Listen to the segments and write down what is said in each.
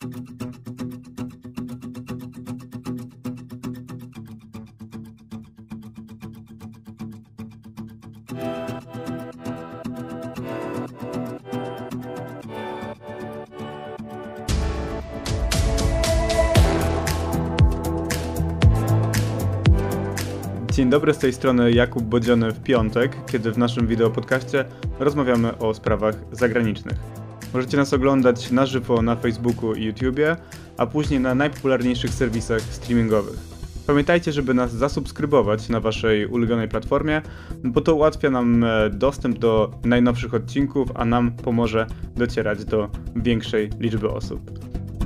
Dzień dobry, z tej strony Jakub Bodziony w piątek, kiedy w naszym wideopodcaście rozmawiamy o sprawach zagranicznych. Możecie nas oglądać na żywo na Facebooku i YouTubie, a później na najpopularniejszych serwisach streamingowych. Pamiętajcie, żeby nas zasubskrybować na waszej ulubionej platformie, bo to ułatwia nam dostęp do najnowszych odcinków, a nam pomoże docierać do większej liczby osób.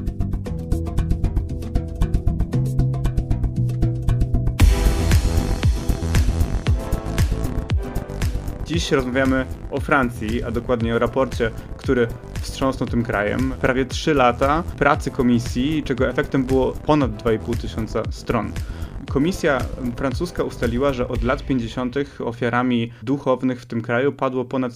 Dziś rozmawiamy o Francji, a dokładnie o raporcie, który wstrząsnął tym krajem. Prawie 3 lata pracy komisji, czego efektem było ponad 2,5 tysiąca stron. Komisja francuska ustaliła, że od lat 50. ofiarami duchownych w tym kraju padło ponad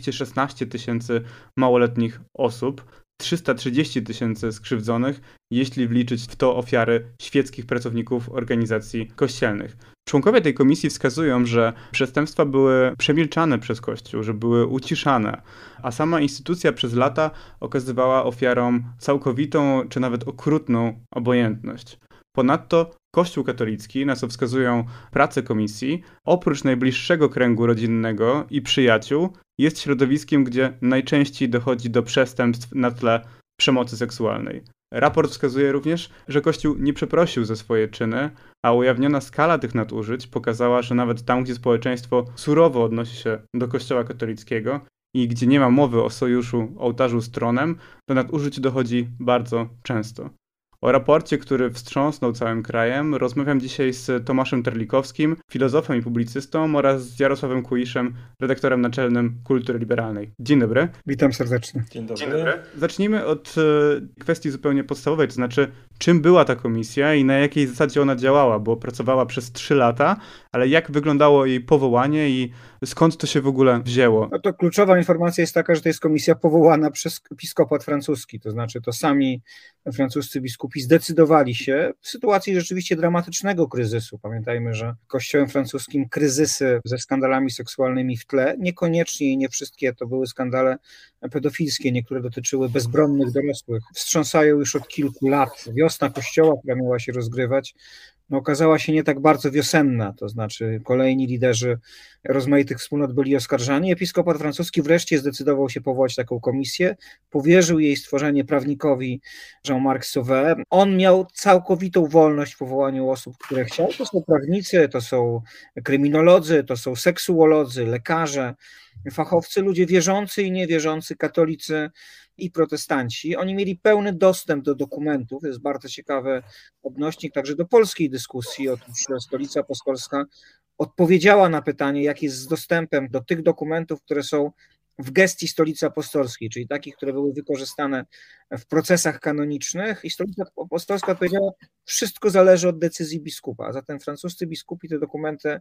216 tysięcy małoletnich osób, 330 tysięcy skrzywdzonych, jeśli wliczyć w to ofiary świeckich pracowników organizacji kościelnych. Członkowie tej komisji wskazują, że przestępstwa były przemilczane przez Kościół, że były uciszane, a sama instytucja przez lata okazywała ofiarom całkowitą czy nawet okrutną obojętność. Ponadto Kościół katolicki, na co wskazują prace komisji, oprócz najbliższego kręgu rodzinnego i przyjaciół, jest środowiskiem, gdzie najczęściej dochodzi do przestępstw na tle przemocy seksualnej. Raport wskazuje również, że Kościół nie przeprosił za swoje czyny, a ujawniona skala tych nadużyć pokazała, że nawet tam, gdzie społeczeństwo surowo odnosi się do Kościoła katolickiego i gdzie nie ma mowy o sojuszu ołtarzu z tronem, do nadużyć dochodzi bardzo często. O raporcie, który wstrząsnął całym krajem, rozmawiam dzisiaj z Tomaszem Terlikowskim, filozofem i publicystą, oraz z Jarosławem Kuiszem, redaktorem naczelnym Kultury Liberalnej. Dzień dobry. Witam serdecznie. Dzień dobry. Zacznijmy od kwestii zupełnie podstawowej, to znaczy czym była ta komisja i na jakiej zasadzie ona działała, bo pracowała przez 3 lata, ale jak wyglądało jej powołanie i skąd to się w ogóle wzięło? No to kluczowa informacja jest taka, że to jest komisja powołana przez episkopat francuski, to znaczy to sami francuscy biskupi zdecydowali się w sytuacji rzeczywiście dramatycznego kryzysu. Pamiętajmy, że w kościołem francuskim kryzysy ze skandalami seksualnymi w tle, niekoniecznie i nie wszystkie to były skandale pedofilskie, niektóre dotyczyły bezbronnych dorosłych, wstrząsają już od kilku lat. Wiosna kościoła, która miała się rozgrywać, okazała się nie tak bardzo wiosenna, to znaczy kolejni liderzy rozmaitych wspólnot byli oskarżani. Episkopat francuski wreszcie zdecydował się powołać taką komisję, powierzył jej stworzenie prawnikowi Jean-Marc Sauvé. On miał całkowitą wolność w powołaniu osób, które chciał. To są prawnicy, to są kryminolodzy, to są seksuolodzy, lekarze, fachowcy, ludzie wierzący i niewierzący, katolicy i protestanci. Oni mieli pełny dostęp do dokumentów. To jest bardzo ciekawy odnośnik także do polskiej dyskusji. Otóż Stolica Apostolska odpowiedziała na pytanie, jak jest z dostępem do tych dokumentów, które są w gestii Stolicy Apostolskiej, czyli takich, które były wykorzystane w procesach kanonicznych, i Stolica Apostolska powiedziała, wszystko zależy od decyzji biskupa. Zatem francuscy biskupi te dokumenty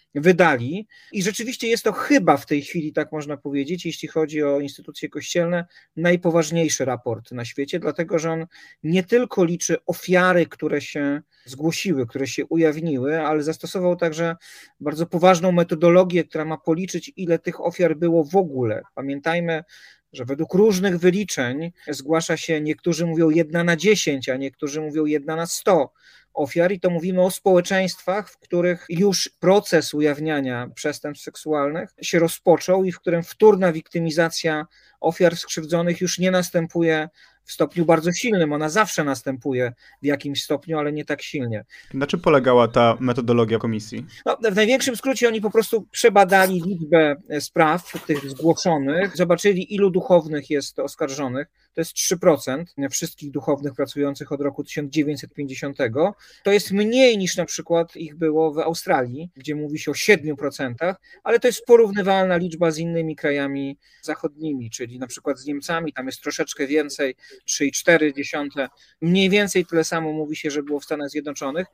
wydali i rzeczywiście jest to chyba w tej chwili, tak można powiedzieć, jeśli chodzi o instytucje kościelne, najpoważniejszy raport na świecie, dlatego że on nie tylko liczy ofiary, które się zgłosiły, które się ujawniły, ale zastosował także bardzo poważną metodologię, która ma policzyć, ile tych ofiar było w ogóle. Pamiętajmy, że według różnych wyliczeń zgłasza się, niektórzy mówią 1 na 10, a niektórzy mówią 1 na 100 ofiar, i to mówimy o społeczeństwach, w których już proces ujawniania przestępstw seksualnych się rozpoczął i w którym wtórna wiktymizacja ofiar skrzywdzonych już nie następuje w stopniu bardzo silnym. Ona zawsze następuje w jakimś stopniu, ale nie tak silnie. Na czym polegała ta metodologia komisji? W największym skrócie oni po prostu przebadali liczbę spraw tych zgłoszonych, zobaczyli, ilu duchownych jest oskarżonych. To jest 3% wszystkich duchownych pracujących od roku 1950. To jest mniej niż na przykład ich było w Australii, gdzie mówi się o 7%, ale to jest porównywalna liczba z innymi krajami zachodnimi, czyli na przykład z Niemcami, tam jest troszeczkę więcej, 3,4. Mniej więcej tyle samo mówi się, że było w Stanach Zjednoczonych.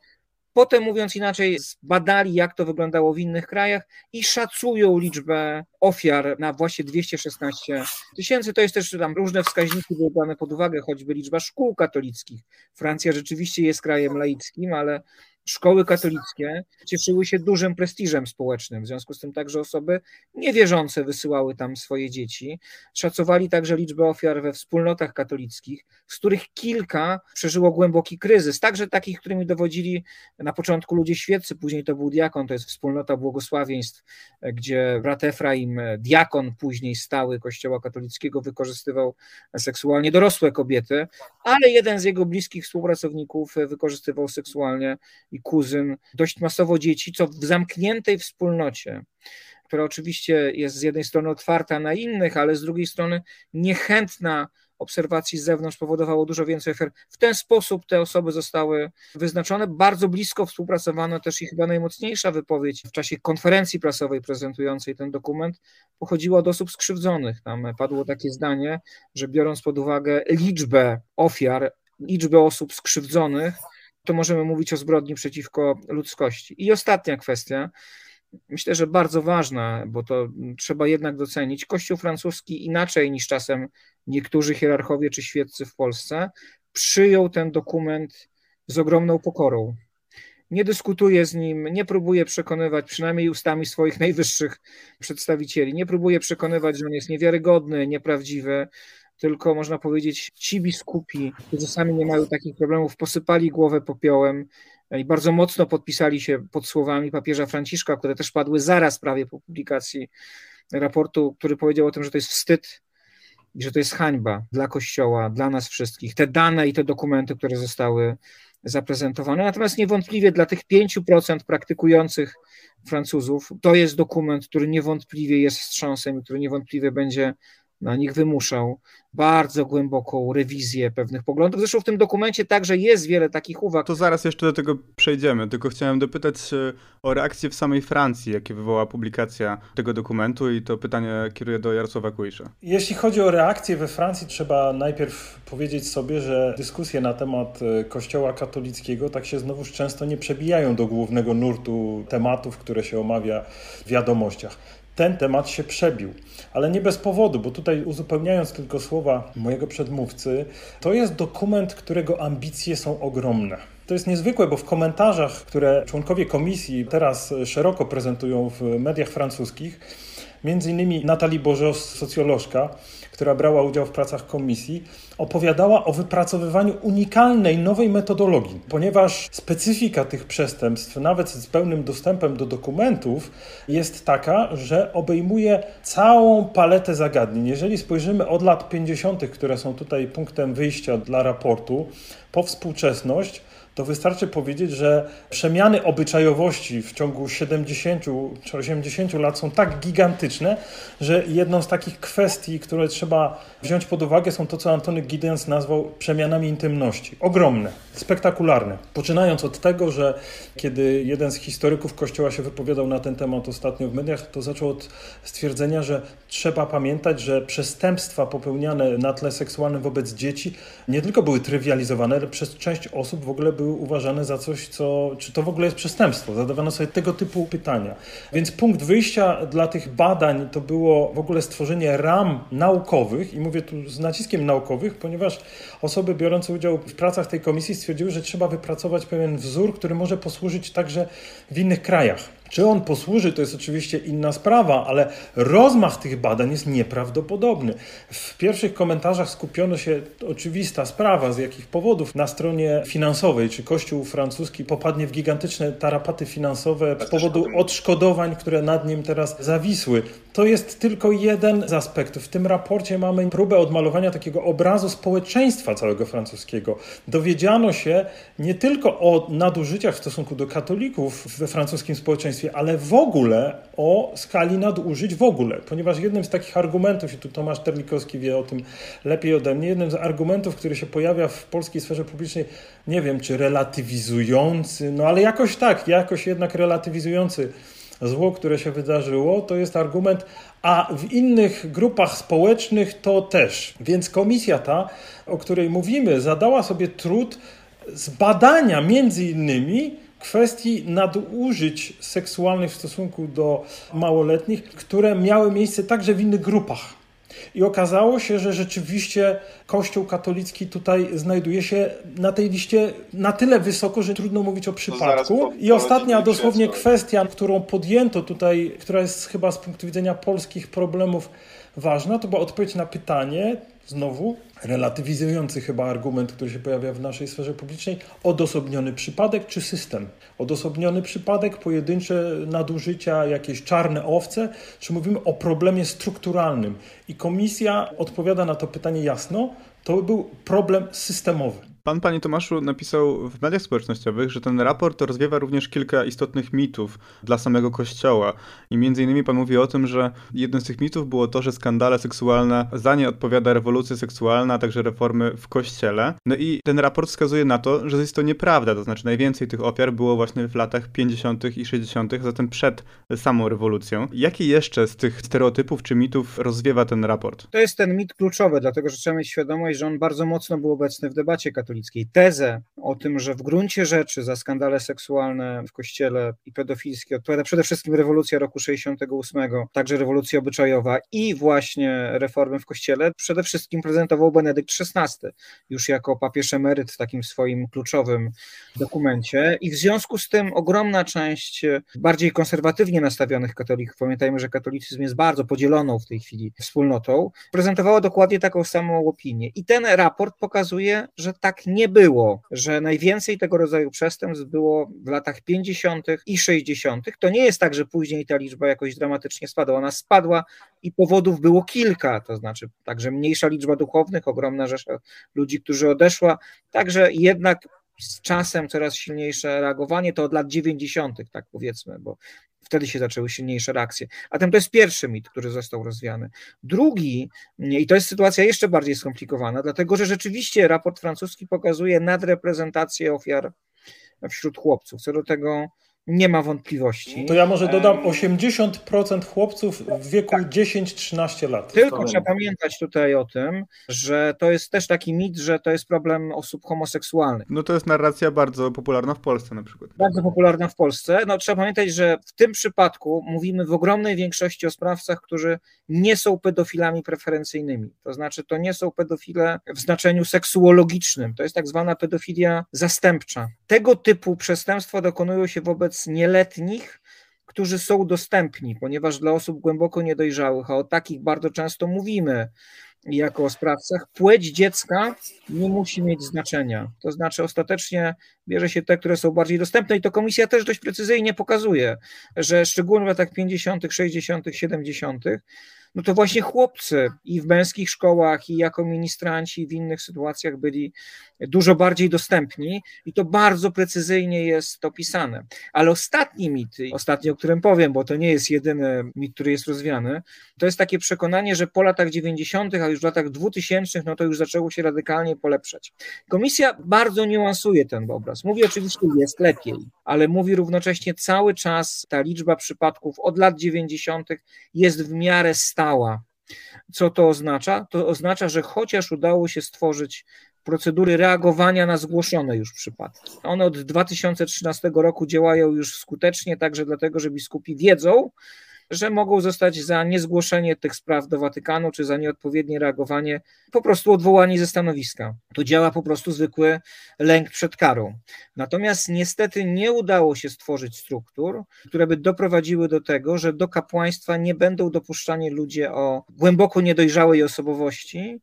Potem, mówiąc inaczej, zbadali, jak to wyglądało w innych krajach i szacują liczbę ofiar na właśnie 216 000. To jest też tam różne wskaźniki były brane pod uwagę, choćby liczba szkół katolickich. Francja rzeczywiście jest krajem laickim, ale szkoły katolickie cieszyły się dużym prestiżem społecznym, w związku z tym także osoby niewierzące wysyłały tam swoje dzieci. Szacowali także liczbę ofiar we wspólnotach katolickich, z których kilka przeżyło głęboki kryzys, także takich, którymi dowodzili na początku ludzie świeccy, później to był diakon, to jest wspólnota błogosławieństw, gdzie brat Efraim, diakon później stały Kościoła katolickiego, wykorzystywał seksualnie dorosłe kobiety, ale jeden z jego bliskich współpracowników wykorzystywał seksualnie i kuzyn dość masowo dzieci, co w zamkniętej wspólnocie, która oczywiście jest z jednej strony otwarta na innych, ale z drugiej strony niechętna obserwacji z zewnątrz, powodowało dużo więcej ofiar. W ten sposób te osoby zostały wyznaczone. Bardzo blisko współpracowano też i chyba najmocniejsza wypowiedź w czasie konferencji prasowej prezentującej ten dokument pochodziła od osób skrzywdzonych. Tam padło takie zdanie, że biorąc pod uwagę liczbę ofiar, liczbę osób skrzywdzonych, to możemy mówić o zbrodni przeciwko ludzkości. I ostatnia kwestia, myślę, że bardzo ważna, bo to trzeba jednak docenić. Kościół francuski inaczej niż czasem niektórzy hierarchowie czy świeccy w Polsce przyjął ten dokument z ogromną pokorą. Nie dyskutuje z nim, nie próbuje przekonywać, przynajmniej ustami swoich najwyższych przedstawicieli, nie próbuje przekonywać, że on jest niewiarygodny, nieprawdziwy, tylko można powiedzieć, ci biskupi, którzy sami nie mają takich problemów, posypali głowę popiołem i bardzo mocno podpisali się pod słowami papieża Franciszka, które też padły zaraz prawie po publikacji raportu, który powiedział o tym, że to jest wstyd i że to jest hańba dla Kościoła, dla nas wszystkich. Te dane i te dokumenty, które zostały zaprezentowane. Natomiast niewątpliwie dla tych 5% praktykujących Francuzów to jest dokument, który niewątpliwie jest wstrząsem i który niewątpliwie będzie na nich wymuszał bardzo głęboką rewizję pewnych poglądów. Zresztą w tym dokumencie także jest wiele takich uwag. To zaraz jeszcze do tego przejdziemy, tylko chciałem dopytać o reakcję w samej Francji, jakie wywołała publikacja tego dokumentu i to pytanie kieruję do Jarosława Kujisza. Jeśli chodzi o reakcję we Francji, trzeba najpierw powiedzieć sobie, że dyskusje na temat Kościoła katolickiego tak się znowuż często nie przebijają do głównego nurtu tematów, które się omawia w wiadomościach. Ten temat się przebił, ale nie bez powodu, bo tutaj uzupełniając tylko słowa mojego przedmówcy, to jest dokument, którego ambicje są ogromne. To jest niezwykłe, bo w komentarzach, które członkowie komisji teraz szeroko prezentują w mediach francuskich, między innymi Nathalie Beaujos, socjolożka, która brała udział w pracach komisji, opowiadała o wypracowywaniu unikalnej, nowej metodologii, ponieważ specyfika tych przestępstw, nawet z pełnym dostępem do dokumentów, jest taka, że obejmuje całą paletę zagadnień. Jeżeli spojrzymy od lat 50., które są tutaj punktem wyjścia dla raportu, po współczesność, to wystarczy powiedzieć, że przemiany obyczajowości w ciągu 70 czy 80 lat są tak gigantyczne, że jedną z takich kwestii, które trzeba wziąć pod uwagę, są to, co Antony Giddens nazwał przemianami intymności. Ogromne, spektakularne. Poczynając od tego, że kiedy jeden z historyków Kościoła się wypowiadał na ten temat ostatnio w mediach, to zaczął od stwierdzenia, że trzeba pamiętać, że przestępstwa popełniane na tle seksualnym wobec dzieci nie tylko były trywializowane, ale przez część osób w ogóle były uważane za coś, czy to w ogóle jest przestępstwo. Zadawano sobie tego typu pytania. Więc punkt wyjścia dla tych badań to było w ogóle stworzenie ram naukowych i mówię tu z naciskiem naukowych, ponieważ osoby biorące udział w pracach tej komisji stwierdziły, że trzeba wypracować pewien wzór, który może posłużyć także w innych krajach. Czy on posłuży, to jest oczywiście inna sprawa, ale rozmach tych badań jest nieprawdopodobny. W pierwszych komentarzach skupiono się, oczywista sprawa, z jakich powodów na stronie finansowej, czy Kościół francuski popadnie w gigantyczne tarapaty finansowe z powodu odszkodowań, które nad nim teraz zawisły. To jest tylko jeden z aspektów. W tym raporcie mamy próbę odmalowania takiego obrazu społeczeństwa całego francuskiego. Dowiedziano się nie tylko o nadużyciach w stosunku do katolików we francuskim społeczeństwie, ale w ogóle o skali nadużyć w ogóle, ponieważ jednym z takich argumentów, i tu Tomasz Terlikowski wie o tym lepiej ode mnie, jednym z argumentów, który się pojawia w polskiej sferze publicznej, nie wiem czy relatywizujący, no ale jakoś jednak relatywizujący zło, które się wydarzyło, to jest argument, a w innych grupach społecznych to też. Więc komisja ta, o której mówimy, zadała sobie trud zbadania między innymi kwestii nadużyć seksualnych w stosunku do małoletnich, które miały miejsce także w innych grupach. I okazało się, że rzeczywiście Kościół katolicki tutaj znajduje się na tej liście na tyle wysoko, że trudno mówić o przypadku. I ostatnia dosłownie kwestia, którą podjęto tutaj, która jest chyba z punktu widzenia polskich problemów ważna, to była odpowiedź na pytanie, znowu relatywizujący chyba argument, który się pojawia w naszej sferze publicznej, odosobniony przypadek czy system? Odosobniony przypadek, pojedyncze nadużycia, jakieś czarne owce, czy mówimy o problemie strukturalnym? I komisja odpowiada na to pytanie jasno, to był problem systemowy. Pan, panie Tomaszu, napisał w mediach społecznościowych, że ten raport rozwiewa również kilka istotnych mitów dla samego Kościoła. I między innymi pan mówi o tym, że jednym z tych mitów było to, że skandale seksualne, za nie odpowiada rewolucja seksualna, a także reformy w Kościele. No i ten raport wskazuje na to, że jest to nieprawda. To znaczy najwięcej tych ofiar było właśnie w latach 50. i 60., zatem przed samą rewolucją. Jakie jeszcze z tych stereotypów czy mitów rozwiewa ten raport? To jest ten mit kluczowy, dlatego że trzeba mieć świadomość, że on bardzo mocno był obecny w debacie katolickiej. Tezę o tym, że w gruncie rzeczy za skandale seksualne w Kościele i pedofilskie odpowiada przede wszystkim rewolucja roku 68, także rewolucja obyczajowa i właśnie reformy w Kościele, przede wszystkim prezentował Benedykt XVI, już jako papież emeryt w takim swoim kluczowym dokumencie. I w związku z tym ogromna część bardziej konserwatywnie nastawionych katolików, pamiętajmy, że katolicyzm jest bardzo podzieloną w tej chwili wspólnotą, prezentowała dokładnie taką samą opinię. I ten raport pokazuje, że tak nie było, że najwięcej tego rodzaju przestępstw było w latach 50. i 60. To nie jest tak, że później ta liczba jakoś dramatycznie spadła. Ona spadła i powodów było kilka, to znaczy także mniejsza liczba duchownych, ogromna rzesza ludzi, którzy odeszła, także jednak z czasem coraz silniejsze reagowanie, to od lat 90., tak powiedzmy, bo wtedy się zaczęły silniejsze reakcje. A to jest pierwszy mit, który został rozwiany. Drugi, i to jest sytuacja jeszcze bardziej skomplikowana, dlatego że rzeczywiście raport francuski pokazuje nadreprezentację ofiar wśród chłopców. Co do tego nie ma wątpliwości. To ja może dodam 80% chłopców w wieku 10-13 lat. Tylko trzeba pamiętać tutaj o tym, że to jest też taki mit, że to jest problem osób homoseksualnych. No to jest narracja bardzo popularna w Polsce na przykład. Bardzo popularna w Polsce. No trzeba pamiętać, że w tym przypadku mówimy w ogromnej większości o sprawcach, którzy nie są pedofilami preferencyjnymi. To znaczy to nie są pedofile w znaczeniu seksuologicznym. To jest tak zwana pedofilia zastępcza. Tego typu przestępstwa dokonują się wobec nieletnich, którzy są dostępni, ponieważ dla osób głęboko niedojrzałych, a o takich bardzo często mówimy jako o sprawcach, płeć dziecka nie musi mieć znaczenia. To znaczy ostatecznie bierze się te, które są bardziej dostępne i to komisja też dość precyzyjnie pokazuje, że szczególnie w latach 50., 60., 70., no to właśnie chłopcy i w męskich szkołach i jako ministranci w innych sytuacjach byli dużo bardziej dostępni i to bardzo precyzyjnie jest opisane. Ale ostatni mit, ostatni, o którym powiem, bo to nie jest jedyny mit, który jest rozwiany, to jest takie przekonanie, że po latach 90., a już w latach 2000, no to już zaczęło się radykalnie polepszać. Komisja bardzo niuansuje ten obraz. Mówi oczywiście jest lepiej, ale mówi równocześnie cały czas ta liczba przypadków od lat 90. jest w miarę stała. Co to oznacza? To oznacza, że chociaż udało się stworzyć procedury reagowania na zgłoszone już przypadki. One od 2013 roku działają już skutecznie, także dlatego, że biskupi wiedzą, że mogą zostać za niezgłoszenie tych spraw do Watykanu, czy za nieodpowiednie reagowanie po prostu odwołani ze stanowiska. Tu działa po prostu zwykły lęk przed karą. Natomiast niestety nie udało się stworzyć struktur, które by doprowadziły do tego, że do kapłaństwa nie będą dopuszczani ludzie o głęboko niedojrzałej osobowości,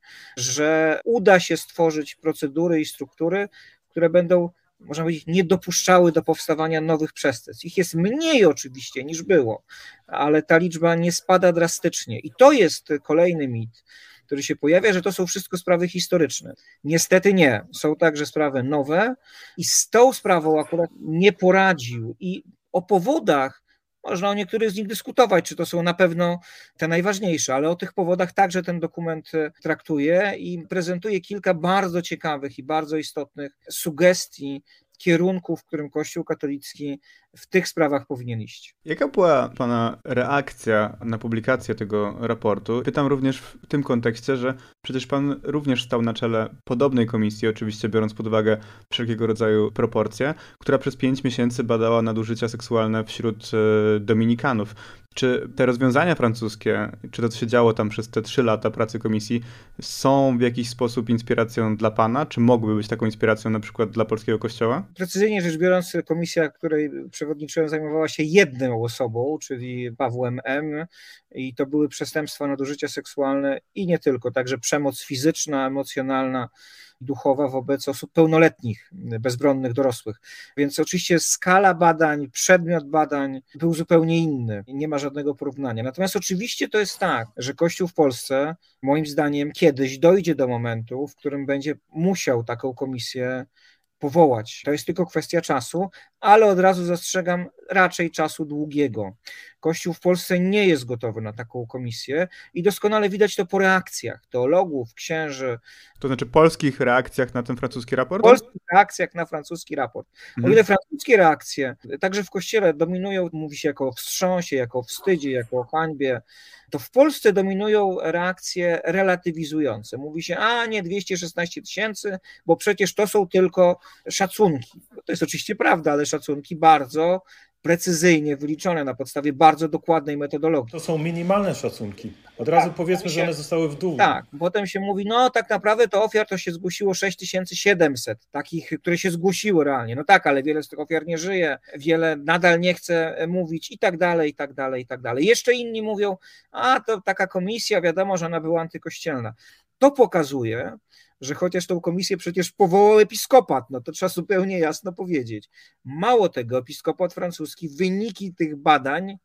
że uda się stworzyć procedury i struktury, które będą, można powiedzieć, nie dopuszczały do powstawania nowych przestępstw. Ich jest mniej oczywiście niż było, ale ta liczba nie spada drastycznie. I to jest kolejny mit, który się pojawia, że to są wszystko sprawy historyczne. Niestety nie. Są także sprawy nowe i z tą sprawą akurat nie poradził. I o powodach można o niektórych z nich dyskutować, czy to są na pewno te najważniejsze, ale o tych powodach także ten dokument traktuje i prezentuje kilka bardzo ciekawych i bardzo istotnych sugestii kierunku, w którym Kościół katolicki w tych sprawach powinien iść. Jaka była pana reakcja na publikację tego raportu? Pytam również w tym kontekście, że przecież pan również stał na czele podobnej komisji, oczywiście biorąc pod uwagę wszelkiego rodzaju proporcje, która przez 5 miesięcy badała nadużycia seksualne wśród dominikanów. Czy te rozwiązania francuskie, czy to, co się działo tam przez te 3 lata pracy komisji, są w jakiś sposób inspiracją dla pana? Czy mogłyby być taką inspiracją na przykład dla polskiego kościoła? Precyzyjnie rzecz biorąc, komisja, której przewodniczyłem, zajmowała się jedną osobą, czyli Pawłem M. I to były przestępstwa, nadużycia seksualne i nie tylko, także przemoc fizyczna, emocjonalna, duchowa wobec osób pełnoletnich, bezbronnych dorosłych. Więc oczywiście skala badań, przedmiot badań był zupełnie inny. Nie ma żadnego porównania. Natomiast oczywiście to jest tak, że Kościół w Polsce, moim zdaniem, kiedyś dojdzie do momentu, w którym będzie musiał taką komisję powołać. To jest tylko kwestia czasu, ale od razu zastrzegam, raczej czasu długiego. Kościół w Polsce nie jest gotowy na taką komisję i doskonale widać to po reakcjach teologów, księży. To znaczy polskich reakcjach na ten francuski raport? Polskich reakcjach na francuski raport. O ile francuskie reakcje, także w Kościele dominują, mówi się jako o wstrząsie, jako o wstydzie, jako o hańbie, to w Polsce dominują reakcje relatywizujące. Mówi się, a nie 216 000, bo przecież to są tylko szacunki. To jest oczywiście prawda, ale szacunki bardzo precyzyjnie wyliczone na podstawie bardzo dokładnej metodologii. To są minimalne szacunki. Od razu powiedzmy, że one zostały w dół. Tak, potem się mówi, no tak naprawdę to ofiar to się zgłosiło 6700, takich, które się zgłosiły realnie. No tak, ale wiele z tych ofiar nie żyje, wiele nadal nie chce mówić i tak dalej, i tak dalej, i tak dalej. Jeszcze inni mówią, a to taka komisja, wiadomo, że ona była antykościelna. To pokazuje, że chociaż tą komisję przecież powołał episkopat, no to trzeba zupełnie jasno powiedzieć. Mało tego, episkopat francuski wyniki tych badań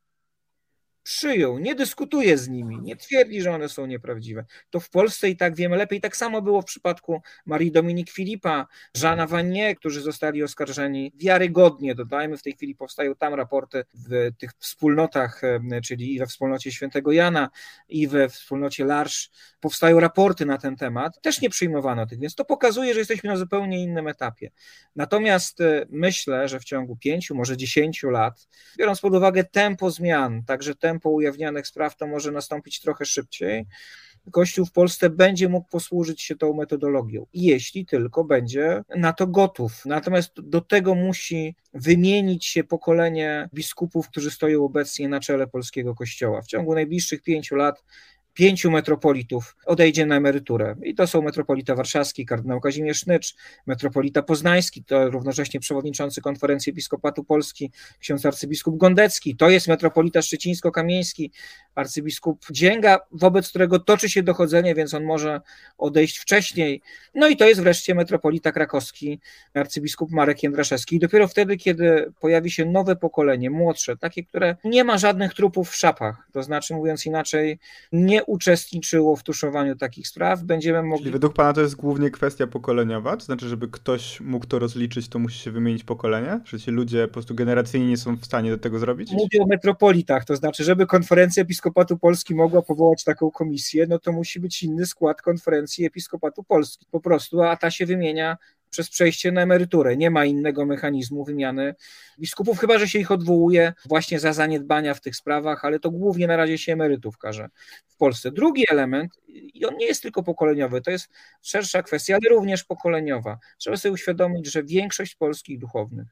przyjął, nie dyskutuje z nimi, nie twierdzi, że one są nieprawdziwe. To w Polsce i tak wiemy lepiej. Tak samo było w przypadku Marie-Dominique Philippa, Jeana Vanier, którzy zostali oskarżeni wiarygodnie. Dodajmy, w tej chwili powstają tam raporty w tych wspólnotach, czyli i we wspólnocie Świętego Jana, i we wspólnocie L'Arche. Powstają raporty na ten temat. Też nie przyjmowano tych, więc to pokazuje, że jesteśmy na zupełnie innym etapie. Natomiast myślę, że w ciągu 5, może 10 lat, biorąc pod uwagę tempo zmian, także tempo ujawnianych spraw, to może nastąpić trochę szybciej. Kościół w Polsce będzie mógł posłużyć się tą metodologią, jeśli tylko będzie na to gotów. Natomiast do tego musi wymienić się pokolenie biskupów, którzy stoją obecnie na czele polskiego Kościoła. W ciągu najbliższych 5 lat 5 metropolitów odejdzie na emeryturę. I to są metropolita warszawski, kardynał Kazimierz Nycz, metropolita poznański, to równocześnie przewodniczący Konferencji Episkopatu Polski, ksiądz arcybiskup Gondecki, to jest metropolita szczecińsko-kamieński, arcybiskup Dzięga, wobec którego toczy się dochodzenie, więc on może odejść wcześniej. No i to jest wreszcie metropolita krakowski, arcybiskup Marek Jędraszewski. I dopiero wtedy, kiedy pojawi się nowe pokolenie, młodsze, takie, które nie ma żadnych trupów w szapach, to znaczy, mówiąc inaczej, nie uczestniczyło w tuszowaniu takich spraw, będziemy mogli... Czyli według pana to jest głównie kwestia pokoleniowa? To znaczy, żeby ktoś mógł to rozliczyć, to musi się wymienić pokolenie? Że ci ludzie po prostu generacyjnie nie są w stanie do tego zrobić? Mówię o metropolitach, to znaczy, żeby Konferencja Episkopatu Polski mogła powołać taką komisję, no to musi być inny skład Konferencji Episkopatu Polski. Po prostu, a ta się wymienia przez przejście na emeryturę. Nie ma innego mechanizmu wymiany biskupów, chyba że się ich odwołuje właśnie za zaniedbania w tych sprawach, ale to głównie na razie się emerytów każe w Polsce. Drugi element, i on nie jest tylko pokoleniowy, to jest szersza kwestia, ale również pokoleniowa. Trzeba sobie uświadomić, że większość polskich duchownych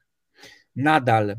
nadal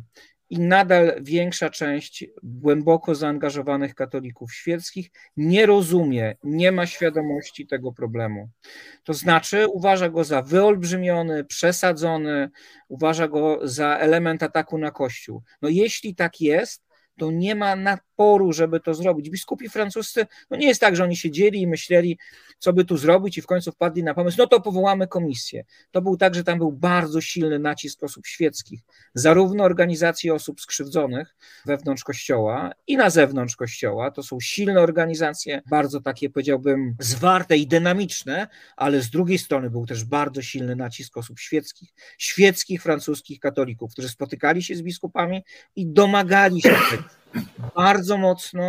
większa część głęboko zaangażowanych katolików świeckich nie rozumie, nie ma świadomości tego problemu. To znaczy uważa go za wyolbrzymiony, przesadzony, uważa go za element ataku na Kościół. No jeśli tak jest, to nie ma naporu, żeby to zrobić. Biskupi francuscy, no nie jest tak, że oni siedzieli i myśleli, co by tu zrobić i w końcu wpadli na pomysł, no to powołamy komisję. To był tak, że tam był bardzo silny nacisk osób świeckich, zarówno organizacji osób skrzywdzonych wewnątrz Kościoła i na zewnątrz Kościoła. To są silne organizacje, bardzo takie, powiedziałbym, zwarte i dynamiczne, ale z drugiej strony był też bardzo silny nacisk osób świeckich francuskich katolików, którzy spotykali się z biskupami i domagali się tego bardzo mocno,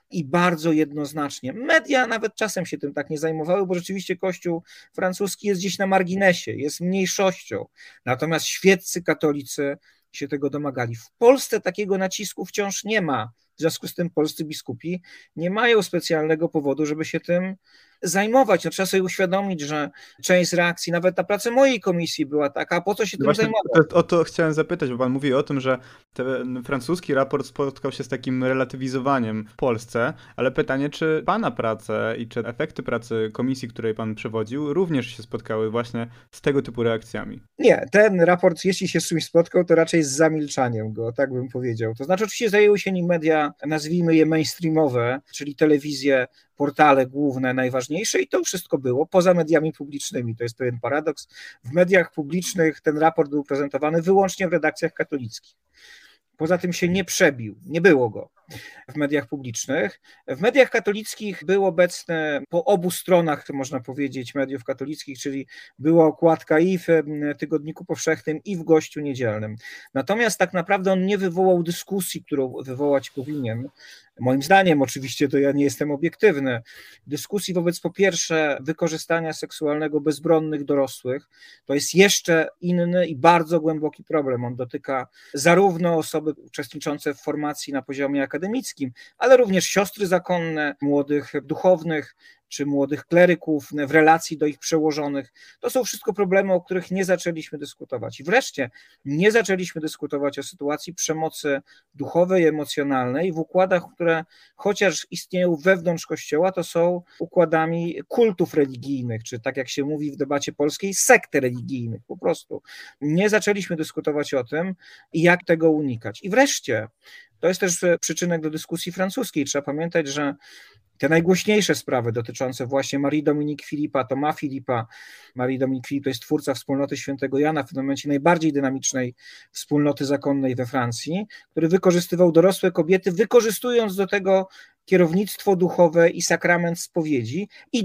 i bardzo jednoznacznie. Media nawet czasem się tym tak nie zajmowały, bo rzeczywiście Kościół francuski jest gdzieś na marginesie, jest mniejszością. Natomiast świeccy katolicy się tego domagali. W Polsce takiego nacisku wciąż nie ma. W związku z tym polscy biskupi nie mają specjalnego powodu, żeby się tym zajmować. No, trzeba sobie uświadomić, że część z reakcji nawet na pracę mojej komisji była taka, a po co się tym zajmować? O to chciałem zapytać, bo pan mówi o tym, że ten francuski raport spotkał się z takim relatywizowaniem w Polsce, ale pytanie, czy pana prace i czy efekty pracy komisji, której pan przewodził, również się spotkały właśnie z tego typu reakcjami? Nie, ten raport, jeśli się z czymś spotkał, to raczej z zamilczaniem go, tak bym powiedział. To znaczy oczywiście zajęły się nim media, nazwijmy je mainstreamowe, czyli telewizje, portale główne, najważniejsze i to wszystko było poza mediami publicznymi. To jest pewien paradoks. W mediach publicznych ten raport był prezentowany wyłącznie w redakcjach katolickich. Poza tym się nie przebił, nie było go w mediach publicznych. W mediach katolickich był obecny po obu stronach, można powiedzieć, mediów katolickich, czyli była okładka i w Tygodniku Powszechnym, i w Gościu Niedzielnym. Natomiast tak naprawdę on nie wywołał dyskusji, którą wywołać powinien. Moim zdaniem, oczywiście, to ja nie jestem obiektywny, dyskusji wobec po pierwsze wykorzystania seksualnego bezbronnych dorosłych. To jest jeszcze inny i bardzo głęboki problem. On dotyka zarówno osoby uczestniczące w formacji na poziomie akademickim, ale również siostry zakonne, młodych duchownych, czy młodych kleryków, w relacji do ich przełożonych. To są wszystko problemy, o których nie zaczęliśmy dyskutować. I wreszcie nie zaczęliśmy dyskutować o sytuacji przemocy duchowej, emocjonalnej w układach, które chociaż istnieją wewnątrz Kościoła, to są układami kultów religijnych, czy tak jak się mówi w debacie polskiej, sekt religijnych. Po prostu nie zaczęliśmy dyskutować o tym, jak tego unikać. I wreszcie to jest też przyczynek do dyskusji francuskiej. Trzeba pamiętać, że te najgłośniejsze sprawy dotyczące właśnie Marie-Dominique Philippa, Thomas Philippa. Marie-Dominique Philippe to jest twórca wspólnoty Świętego Jana, w tym momencie najbardziej dynamicznej wspólnoty zakonnej we Francji, który wykorzystywał dorosłe kobiety, wykorzystując do tego kierownictwo duchowe i sakrament spowiedzi, i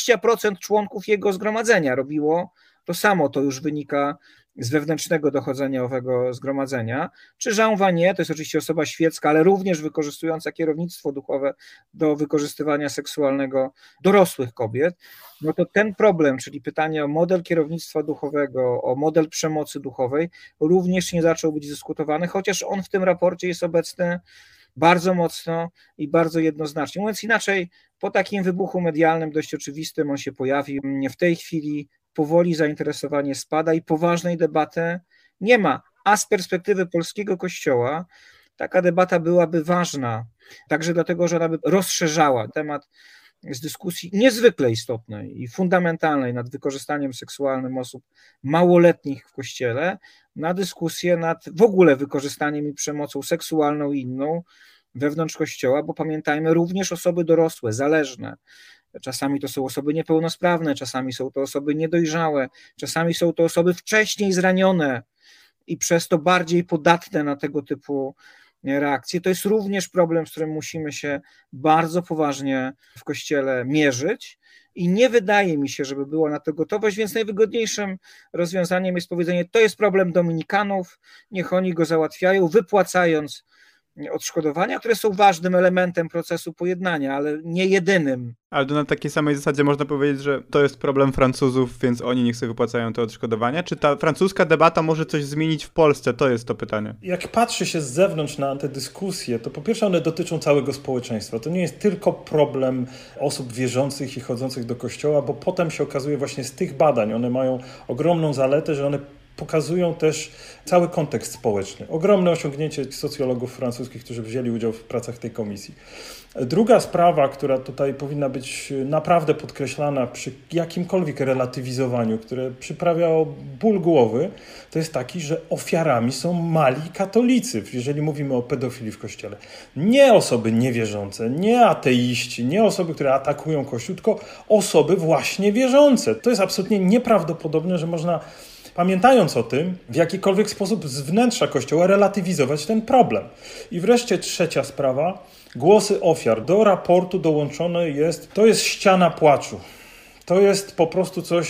20% członków jego zgromadzenia robiło to samo. To już wynika z wewnętrznego dochodzenia owego zgromadzenia. Czy Jean Vanier, to jest oczywiście osoba świecka, ale również wykorzystująca kierownictwo duchowe do wykorzystywania seksualnego dorosłych kobiet, no to ten problem, czyli pytanie o model kierownictwa duchowego, o model przemocy duchowej, również nie zaczął być dyskutowany, chociaż on w tym raporcie jest obecny bardzo mocno i bardzo jednoznacznie. Mówiąc inaczej, po takim wybuchu medialnym dość oczywistym on się pojawił. W tej chwili powoli zainteresowanie spada i poważnej debaty nie ma. A z perspektywy polskiego Kościoła taka debata byłaby ważna, także dlatego, że ona by rozszerzała temat z dyskusji niezwykle istotnej i fundamentalnej nad wykorzystaniem seksualnym osób małoletnich w Kościele, na dyskusję nad w ogóle wykorzystaniem i przemocą seksualną i inną wewnątrz Kościoła, bo pamiętajmy, również osoby dorosłe, zależne, czasami to są osoby niepełnosprawne, czasami są to osoby niedojrzałe, czasami są to osoby wcześniej zranione i przez to bardziej podatne na tego typu reakcje. To jest również problem, z którym musimy się bardzo poważnie w Kościele mierzyć i nie wydaje mi się, żeby była na to gotowość, więc najwygodniejszym rozwiązaniem jest powiedzenie, to jest problem dominikanów, niech oni go załatwiają, wypłacając odszkodowania, które są ważnym elementem procesu pojednania, ale nie jedynym. Ale to na takiej samej zasadzie można powiedzieć, że to jest problem Francuzów, więc oni niech sobie wypłacają te odszkodowania? Czy ta francuska debata może coś zmienić w Polsce? To jest to pytanie. Jak patrzy się z zewnątrz na te dyskusje, to po pierwsze one dotyczą całego społeczeństwa. To nie jest tylko problem osób wierzących i chodzących do kościoła, bo potem się okazuje właśnie z tych badań, one mają ogromną zaletę, że one pokazują też cały kontekst społeczny. Ogromne osiągnięcie socjologów francuskich, którzy wzięli udział w pracach tej komisji. Druga sprawa, która tutaj powinna być naprawdę podkreślana przy jakimkolwiek relatywizowaniu, które przyprawiało ból głowy, to jest taki, że ofiarami są mali katolicy, jeżeli mówimy o pedofilii w Kościele. Nie osoby niewierzące, nie ateiści, nie osoby, które atakują Kościół, tylko osoby właśnie wierzące. To jest absolutnie nieprawdopodobne, że można, pamiętając o tym, w jakikolwiek sposób z wnętrza Kościoła relatywizować ten problem. I wreszcie trzecia sprawa, głosy ofiar. Do raportu dołączone to jest ściana płaczu. To jest po prostu coś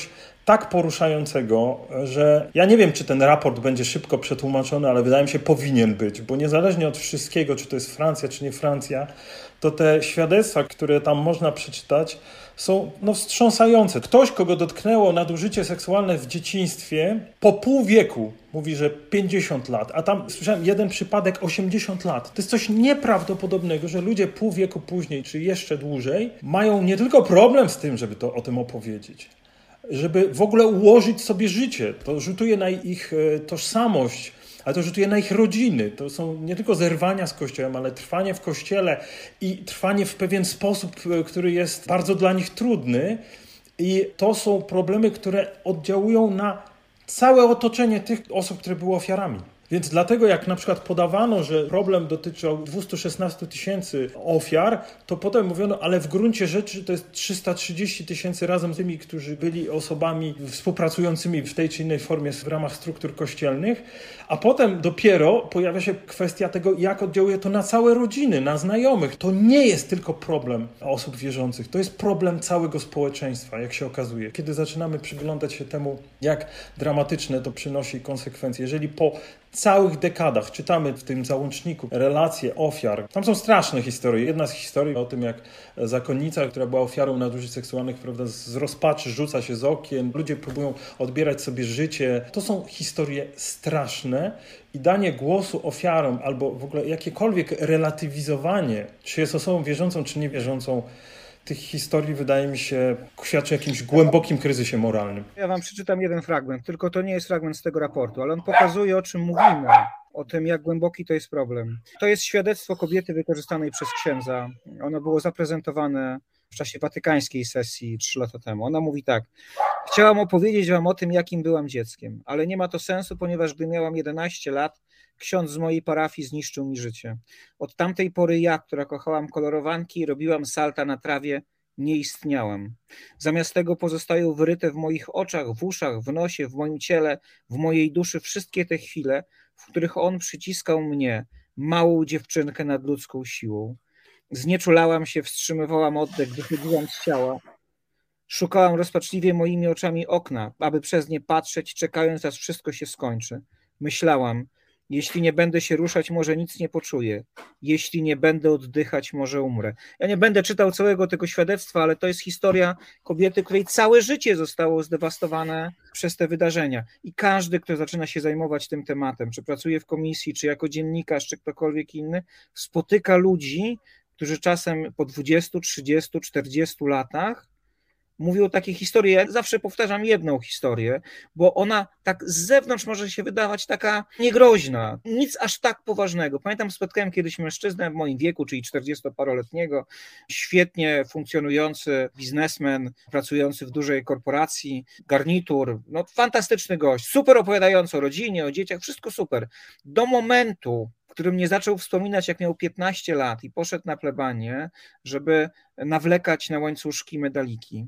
tak poruszającego, że ja nie wiem, czy ten raport będzie szybko przetłumaczony, ale wydaje mi się, powinien być, bo niezależnie od wszystkiego, czy to jest Francja, czy nie Francja, to te świadectwa, które tam można przeczytać, są wstrząsające. Ktoś, kogo dotknęło nadużycie seksualne w dzieciństwie, po pół wieku mówi, że 50 lat, a tam słyszałem jeden przypadek 80 lat. To jest coś nieprawdopodobnego, że ludzie pół wieku później, czy jeszcze dłużej, mają nie tylko problem z tym, żeby o tym opowiedzieć, żeby w ogóle ułożyć sobie życie. To rzutuje na ich tożsamość, ale to rzutuje na ich rodziny. To są nie tylko zerwania z Kościołem, ale trwanie w Kościele i trwanie w pewien sposób, który jest bardzo dla nich trudny. I to są problemy, które oddziałują na całe otoczenie tych osób, które były ofiarami. Więc dlatego jak na przykład podawano, że problem dotyczył 216 000 ofiar, to potem mówiono, ale w gruncie rzeczy to jest 330 000 razem z tymi, którzy byli osobami współpracującymi w tej czy innej formie w ramach struktur kościelnych, a potem dopiero pojawia się kwestia tego, jak oddziałuje to na całe rodziny, na znajomych. To nie jest tylko problem osób wierzących, to jest problem całego społeczeństwa, jak się okazuje. Kiedy zaczynamy przyglądać się temu, jak dramatyczne to przynosi konsekwencje, jeżeli po całych dekadach czytamy w tym załączniku relacje ofiar. Tam są straszne historie. Jedna z historii o tym, jak zakonnica, która była ofiarą nadużyć seksualnych, prawda, z rozpaczy rzuca się z okien, ludzie próbują odbierać sobie życie. To są historie straszne i danie głosu ofiarom albo w ogóle jakiekolwiek relatywizowanie, czy jest osobą wierzącą, czy niewierzącą, tych historii, wydaje mi się, świadczy o jakimś głębokim kryzysie moralnym. Ja wam przeczytam jeden fragment, tylko to nie jest fragment z tego raportu, ale on pokazuje, o czym mówimy, o tym, jak głęboki to jest problem. To jest świadectwo kobiety wykorzystanej przez księdza. Ono było zaprezentowane w czasie watykańskiej sesji 3 lata temu. Ona mówi tak: chciałam opowiedzieć wam o tym, jakim byłam dzieckiem, ale nie ma to sensu, ponieważ gdy miałam 11 lat, ksiądz z mojej parafii zniszczył mi życie. Od tamtej pory ja, która kochałam kolorowanki i robiłam salta na trawie, nie istniałam. Zamiast tego pozostają wyryte w moich oczach, w uszach, w nosie, w moim ciele, w mojej duszy wszystkie te chwile, w których on przyciskał mnie, małą dziewczynkę nadludzką siłą. Znieczulałam się, wstrzymywałam oddech, wychodziłam z ciała. Szukałam rozpaczliwie moimi oczami okna, aby przez nie patrzeć, czekając, aż wszystko się skończy. Myślałam, jeśli nie będę się ruszać, może nic nie poczuję. Jeśli nie będę oddychać, może umrę. Ja nie będę czytał całego tego świadectwa, ale to jest historia kobiety, której całe życie zostało zdewastowane przez te wydarzenia. I każdy, kto zaczyna się zajmować tym tematem, czy pracuje w komisji, czy jako dziennikarz, czy ktokolwiek inny, spotyka ludzi, którzy czasem po 20, 30, 40 latach mówią takie historie. Ja zawsze powtarzam jedną historię, bo ona tak z zewnątrz może się wydawać taka niegroźna, nic aż tak poważnego. Pamiętam, spotkałem kiedyś mężczyznę w moim wieku, czyli 40-paroletniego, świetnie funkcjonujący biznesmen, pracujący w dużej korporacji, garnitur, fantastyczny gość, super opowiadający o rodzinie, o dzieciach, wszystko super. Do momentu, w którym nie zaczął wspominać, jak miał 15 lat i poszedł na plebanię, żeby nawlekać na łańcuszki medaliki.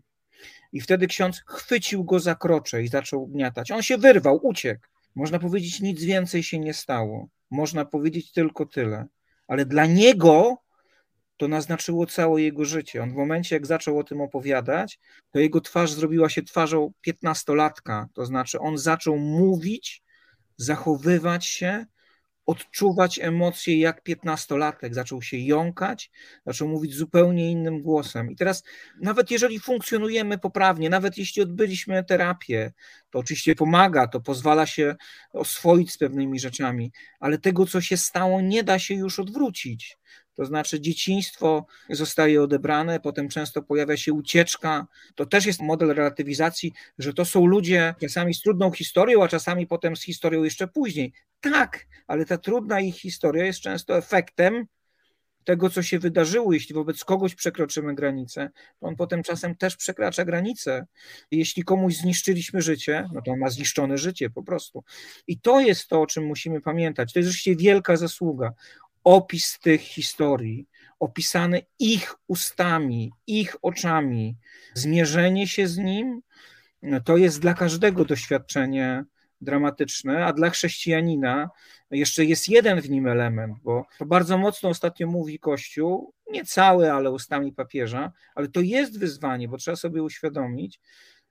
I wtedy ksiądz chwycił go za krocze i zaczął gniatać. On się wyrwał, uciekł. Można powiedzieć, nic więcej się nie stało. Można powiedzieć tylko tyle. Ale dla niego to naznaczyło całe jego życie. On w momencie, jak zaczął o tym opowiadać, to jego twarz zrobiła się twarzą 15-latka. To znaczy on zaczął mówić, zachowywać się, odczuwać emocje jak 15-latek, zaczął się jąkać, zaczął mówić zupełnie innym głosem. I teraz nawet jeżeli funkcjonujemy poprawnie, nawet jeśli odbyliśmy terapię, to oczywiście pomaga, to pozwala się oswoić z pewnymi rzeczami, ale tego, co się stało, nie da się już odwrócić. To znaczy dzieciństwo zostaje odebrane, potem często pojawia się ucieczka. To też jest model relatywizacji, że to są ludzie czasami z trudną historią, a czasami potem z historią jeszcze później. Tak, ale ta trudna ich historia jest często efektem tego, co się wydarzyło. Jeśli wobec kogoś przekroczymy granicę, to on potem czasem też przekracza granicę. Jeśli komuś zniszczyliśmy życie, to on ma zniszczone życie po prostu. I to jest to, o czym musimy pamiętać. To jest rzeczywiście wielka zasługa. Opis tych historii, opisany ich ustami, ich oczami, zmierzenie się z nim, to jest dla każdego doświadczenie dramatyczne, a dla chrześcijanina jeszcze jest jeden w nim element, bo to bardzo mocno ostatnio mówi Kościół, nie cały, ale ustami papieża, ale to jest wyzwanie, bo trzeba sobie uświadomić,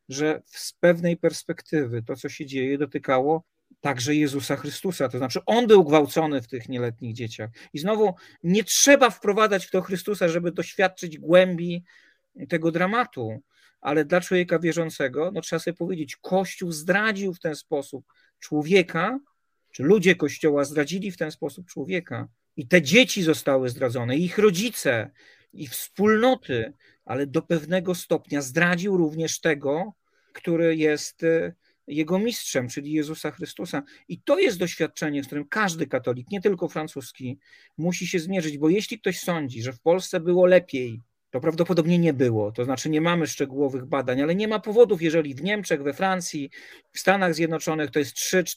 że z pewnej perspektywy to, co się dzieje, dotykało także Jezusa Chrystusa, to znaczy On był gwałcony w tych nieletnich dzieciach. I znowu nie trzeba wprowadzać w to Chrystusa, żeby doświadczyć głębi tego dramatu, ale dla człowieka wierzącego, no trzeba sobie powiedzieć, Kościół zdradził w ten sposób człowieka, czy ludzie Kościoła zdradzili w ten sposób człowieka i te dzieci zostały zdradzone, i ich rodzice, i wspólnoty, ale do pewnego stopnia zdradził również tego, który jest jego mistrzem, czyli Jezusa Chrystusa. I to jest doświadczenie, z którym każdy katolik, nie tylko francuski, musi się zmierzyć, bo jeśli ktoś sądzi, że w Polsce było lepiej, to prawdopodobnie nie było, to znaczy nie mamy szczegółowych badań, ale nie ma powodów, jeżeli w Niemczech, we Francji, w Stanach Zjednoczonych to jest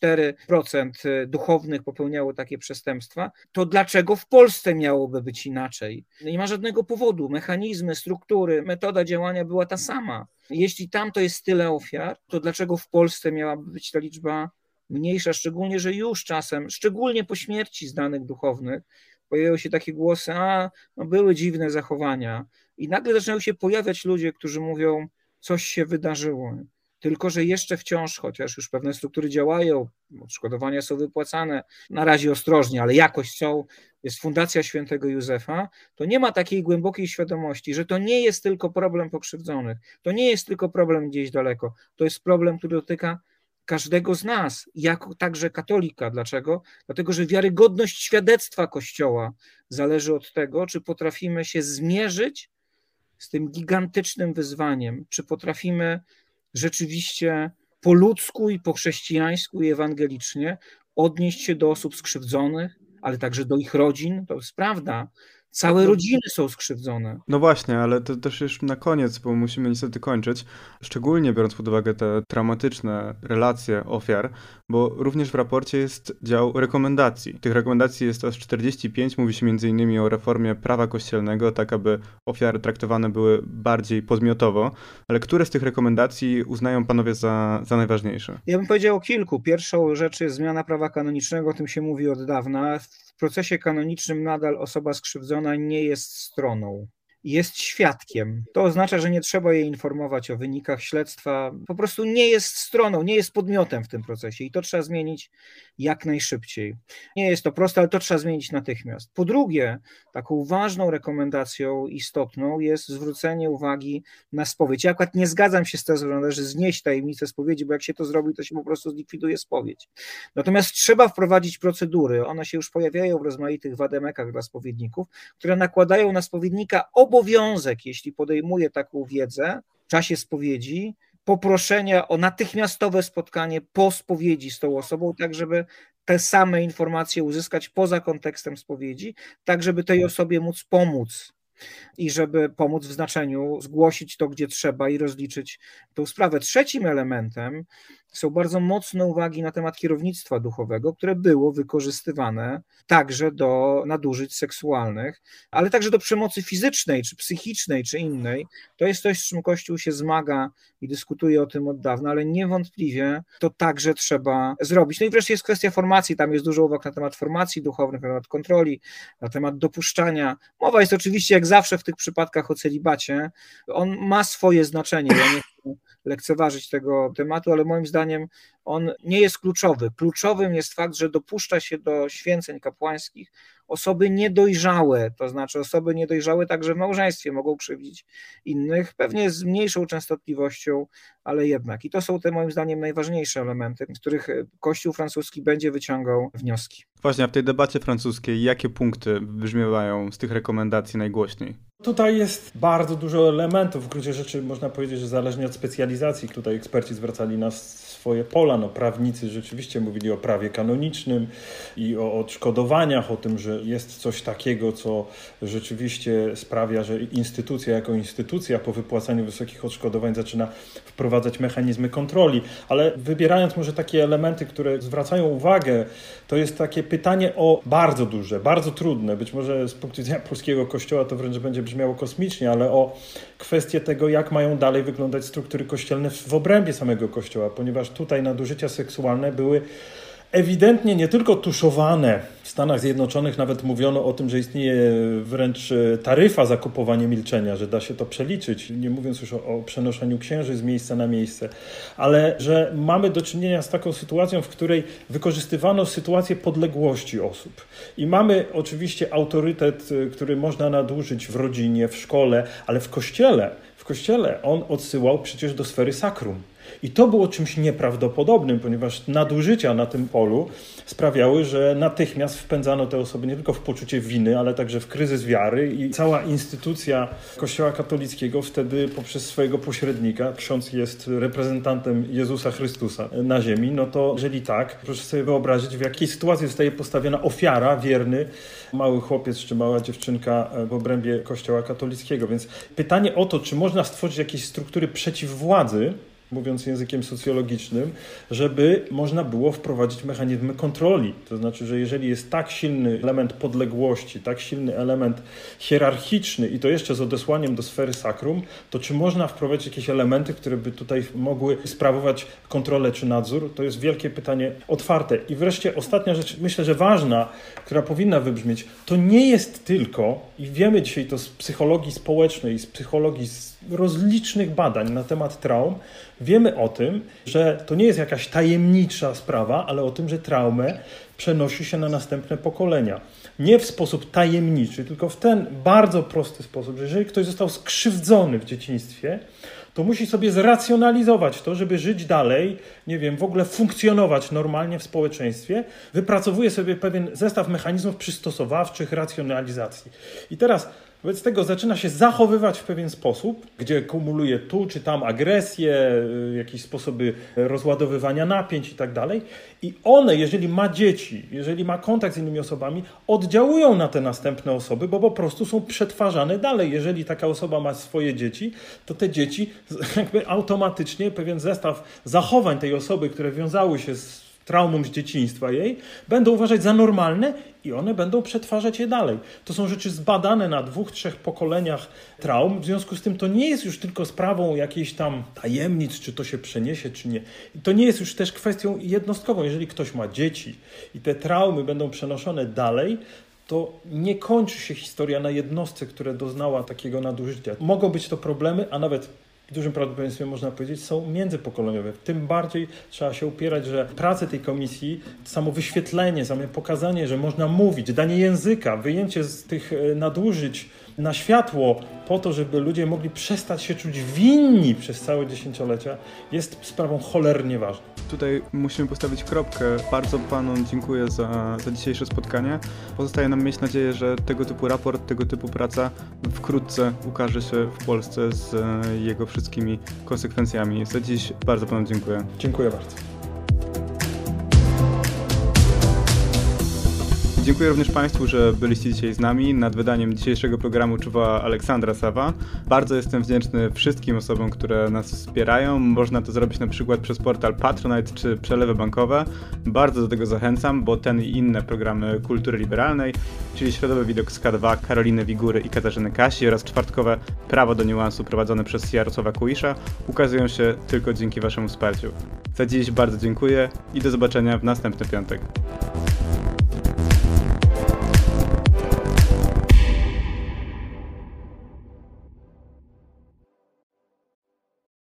3-4% duchownych popełniało takie przestępstwa, to dlaczego w Polsce miałoby być inaczej? Nie ma żadnego powodu, mechanizmy, struktury, metoda działania była ta sama. Jeśli tam to jest tyle ofiar, to dlaczego w Polsce miałaby być ta liczba mniejsza, szczególnie, że już czasem, szczególnie po śmierci znanych duchownych, pojawiały się takie głosy, były dziwne zachowania. I nagle zaczynają się pojawiać ludzie, którzy mówią, coś się wydarzyło. Tylko że jeszcze wciąż, chociaż już pewne struktury działają, odszkodowania są wypłacane, na razie ostrożnie, ale jakoś są, jest Fundacja Świętego Józefa, to nie ma takiej głębokiej świadomości, że to nie jest tylko problem pokrzywdzonych, to nie jest tylko problem gdzieś daleko, to jest problem, który dotyka każdego z nas, jako także katolika. Dlaczego? Dlatego, że wiarygodność świadectwa Kościoła zależy od tego, czy potrafimy się zmierzyć z tym gigantycznym wyzwaniem, czy potrafimy rzeczywiście po ludzku i po chrześcijańsku i ewangelicznie odnieść się do osób skrzywdzonych, ale także do ich rodzin. To jest prawda. Całe rodziny są skrzywdzone. No właśnie, ale to też już na koniec, bo musimy niestety kończyć, szczególnie biorąc pod uwagę te traumatyczne relacje ofiar, bo również w raporcie jest dział rekomendacji. Tych rekomendacji jest aż 45, mówi się m.in. o reformie prawa kościelnego, tak aby ofiary traktowane były bardziej podmiotowo, ale które z tych rekomendacji uznają panowie za najważniejsze? Ja bym powiedział o kilku. Pierwszą rzecz jest zmiana prawa kanonicznego, o tym się mówi od dawna. W procesie kanonicznym nadal osoba skrzywdzona nie jest stroną. Jest świadkiem. To oznacza, że nie trzeba jej informować o wynikach śledztwa. Po prostu nie jest stroną, nie jest podmiotem w tym procesie i to trzeba zmienić jak najszybciej. Nie jest to proste, ale to trzeba zmienić natychmiast. Po drugie, taką ważną rekomendacją istotną jest zwrócenie uwagi na spowiedź. Ja akurat nie zgadzam się z tezą, że należy znieść tajemnicę spowiedzi, bo jak się to zrobi, to się po prostu zlikwiduje spowiedź. Natomiast trzeba wprowadzić procedury. One się już pojawiają w rozmaitych wademekach dla spowiedników, które nakładają na spowiednika obowiązek, jeśli podejmuje taką wiedzę w czasie spowiedzi, poproszenia o natychmiastowe spotkanie po spowiedzi z tą osobą, tak żeby te same informacje uzyskać poza kontekstem spowiedzi, tak żeby tej osobie móc pomóc i żeby pomóc w znaczeniu zgłosić to, gdzie trzeba i rozliczyć tą sprawę. Trzecim elementem są bardzo mocne uwagi na temat kierownictwa duchowego, które było wykorzystywane także do nadużyć seksualnych, ale także do przemocy fizycznej, czy psychicznej, czy innej. To jest coś, z czym Kościół się zmaga i dyskutuje o tym od dawna, ale niewątpliwie to także trzeba zrobić. No i wreszcie jest kwestia formacji, tam jest dużo uwag na temat formacji duchownych, na temat kontroli, na temat dopuszczania. Mowa jest oczywiście, jak zawsze w tych przypadkach, o celibacie. On ma swoje znaczenie. Ja nie chcę lekceważyć tego tematu, ale moim zdaniem on nie jest kluczowy. Kluczowym jest fakt, że dopuszcza się do święceń kapłańskich osoby niedojrzałe, to znaczy osoby niedojrzałe także w małżeństwie mogą krzywdzić innych, pewnie z mniejszą częstotliwością, ale jednak. I to są te moim zdaniem najważniejsze elementy, z których Kościół francuski będzie wyciągał wnioski. Właśnie, a w tej debacie francuskiej jakie punkty wybrzmiewają z tych rekomendacji najgłośniej? Tutaj jest bardzo dużo elementów. W gruncie rzeczy można powiedzieć, że zależnie od specjalizacji, tutaj eksperci zwracali na swoje pola. Prawnicy rzeczywiście mówili o prawie kanonicznym i o odszkodowaniach, o tym, że jest coś takiego, co rzeczywiście sprawia, że instytucja jako instytucja po wypłacaniu wysokich odszkodowań zaczyna wprowadzać mechanizmy kontroli. Ale wybierając może takie elementy, które zwracają uwagę, to jest takie pytanie o bardzo duże, bardzo trudne, być może z punktu widzenia polskiego kościoła to wręcz będzie brzmiało kosmicznie, ale o kwestię tego, jak mają dalej wyglądać struktury kościelne w obrębie samego kościoła, ponieważ tutaj nadużycia seksualne były ewidentnie nie tylko tuszowane. W Stanach Zjednoczonych nawet mówiono o tym, że istnieje wręcz taryfa za kupowanie milczenia, że da się to przeliczyć, nie mówiąc już o przenoszeniu księży z miejsca na miejsce, ale że mamy do czynienia z taką sytuacją, w której wykorzystywano sytuację podległości osób. I mamy oczywiście autorytet, który można nadużyć w rodzinie, w szkole, ale w kościele on odsyłał przecież do sfery sakrum. I to było czymś nieprawdopodobnym, ponieważ nadużycia na tym polu sprawiały, że natychmiast wpędzano te osoby nie tylko w poczucie winy, ale także w kryzys wiary i cała instytucja Kościoła katolickiego wtedy poprzez swojego pośrednika, ksiądz jest reprezentantem Jezusa Chrystusa na ziemi, no to jeżeli tak, proszę sobie wyobrazić, w jakiej sytuacji zostaje postawiona ofiara, wierny, mały chłopiec czy mała dziewczynka w obrębie Kościoła katolickiego. Więc pytanie o to, czy można stworzyć jakieś struktury przeciwwładzy, mówiąc językiem socjologicznym, żeby można było wprowadzić mechanizmy kontroli. To znaczy, że jeżeli jest tak silny element podległości, tak silny element hierarchiczny i to jeszcze z odesłaniem do sfery sakrum, to czy można wprowadzić jakieś elementy, które by tutaj mogły sprawować kontrolę czy nadzór? To jest wielkie pytanie otwarte. I wreszcie ostatnia rzecz, myślę, że ważna, która powinna wybrzmieć, to nie jest tylko, i wiemy dzisiaj to z psychologii społecznej, z psychologii z rozlicznych badań na temat traum, wiemy o tym, że to nie jest jakaś tajemnicza sprawa, ale o tym, że traumę przenosi się na następne pokolenia. Nie w sposób tajemniczy, tylko w ten bardzo prosty sposób, że jeżeli ktoś został skrzywdzony w dzieciństwie, to musi sobie zracjonalizować to, żeby żyć dalej, nie wiem, w ogóle funkcjonować normalnie w społeczeństwie, wypracowuje sobie pewien zestaw mechanizmów przystosowawczych, racjonalizacji. I teraz wobec tego zaczyna się zachowywać w pewien sposób, gdzie kumuluje tu czy tam agresję, jakieś sposoby rozładowywania napięć i tak dalej. I one, jeżeli ma dzieci, jeżeli ma kontakt z innymi osobami, oddziałują na te następne osoby, bo po prostu są przetwarzane dalej. Jeżeli taka osoba ma swoje dzieci, to te dzieci jakby automatycznie pewien zestaw zachowań tej osoby, które wiązały się z traumą z dzieciństwa jej, będą uważać za normalne i one będą przetwarzać je dalej. To są rzeczy zbadane na 2-3 pokoleniach traum, w związku z tym to nie jest już tylko sprawą jakiejś tam tajemnic, czy to się przeniesie, czy nie. I to nie jest już też kwestią jednostkową. Jeżeli ktoś ma dzieci i te traumy będą przenoszone dalej, to nie kończy się historia na jednostce, która doznała takiego nadużycia. Mogą być to problemy, a nawet w dużym prawdopodobieństwie można powiedzieć, są międzypokoleniowe. Tym bardziej trzeba się upierać, że prace tej komisji, samo wyświetlenie, samo pokazanie, że można mówić, danie języka, wyjęcie z tych nadużyć na światło po to, żeby ludzie mogli przestać się czuć winni przez całe dziesięciolecia, jest sprawą cholernie ważną. Tutaj musimy postawić kropkę. Bardzo panom dziękuję za dzisiejsze spotkanie. Pozostaje nam mieć nadzieję, że tego typu raport, tego typu praca wkrótce ukaże się w Polsce z jego wszystkimi konsekwencjami. Za dziś bardzo panom dziękuję. Dziękuję bardzo. Dziękuję również Państwu, że byliście dzisiaj z nami. Nad wydaniem dzisiejszego programu czuwała Aleksandra Sawa. Bardzo jestem wdzięczny wszystkim osobom, które nas wspierają. Można to zrobić na przykład przez portal Patronite czy przelewy bankowe. Bardzo do tego zachęcam, bo ten i inne programy kultury liberalnej, czyli Środowy Widok z K2, Karoliny Wigury i Katarzyny Kasi oraz czwartkowe Prawo do niuansu prowadzone przez Jarosława Kuisza ukazują się tylko dzięki Waszemu wsparciu. Za dziś bardzo dziękuję i do zobaczenia w następny piątek.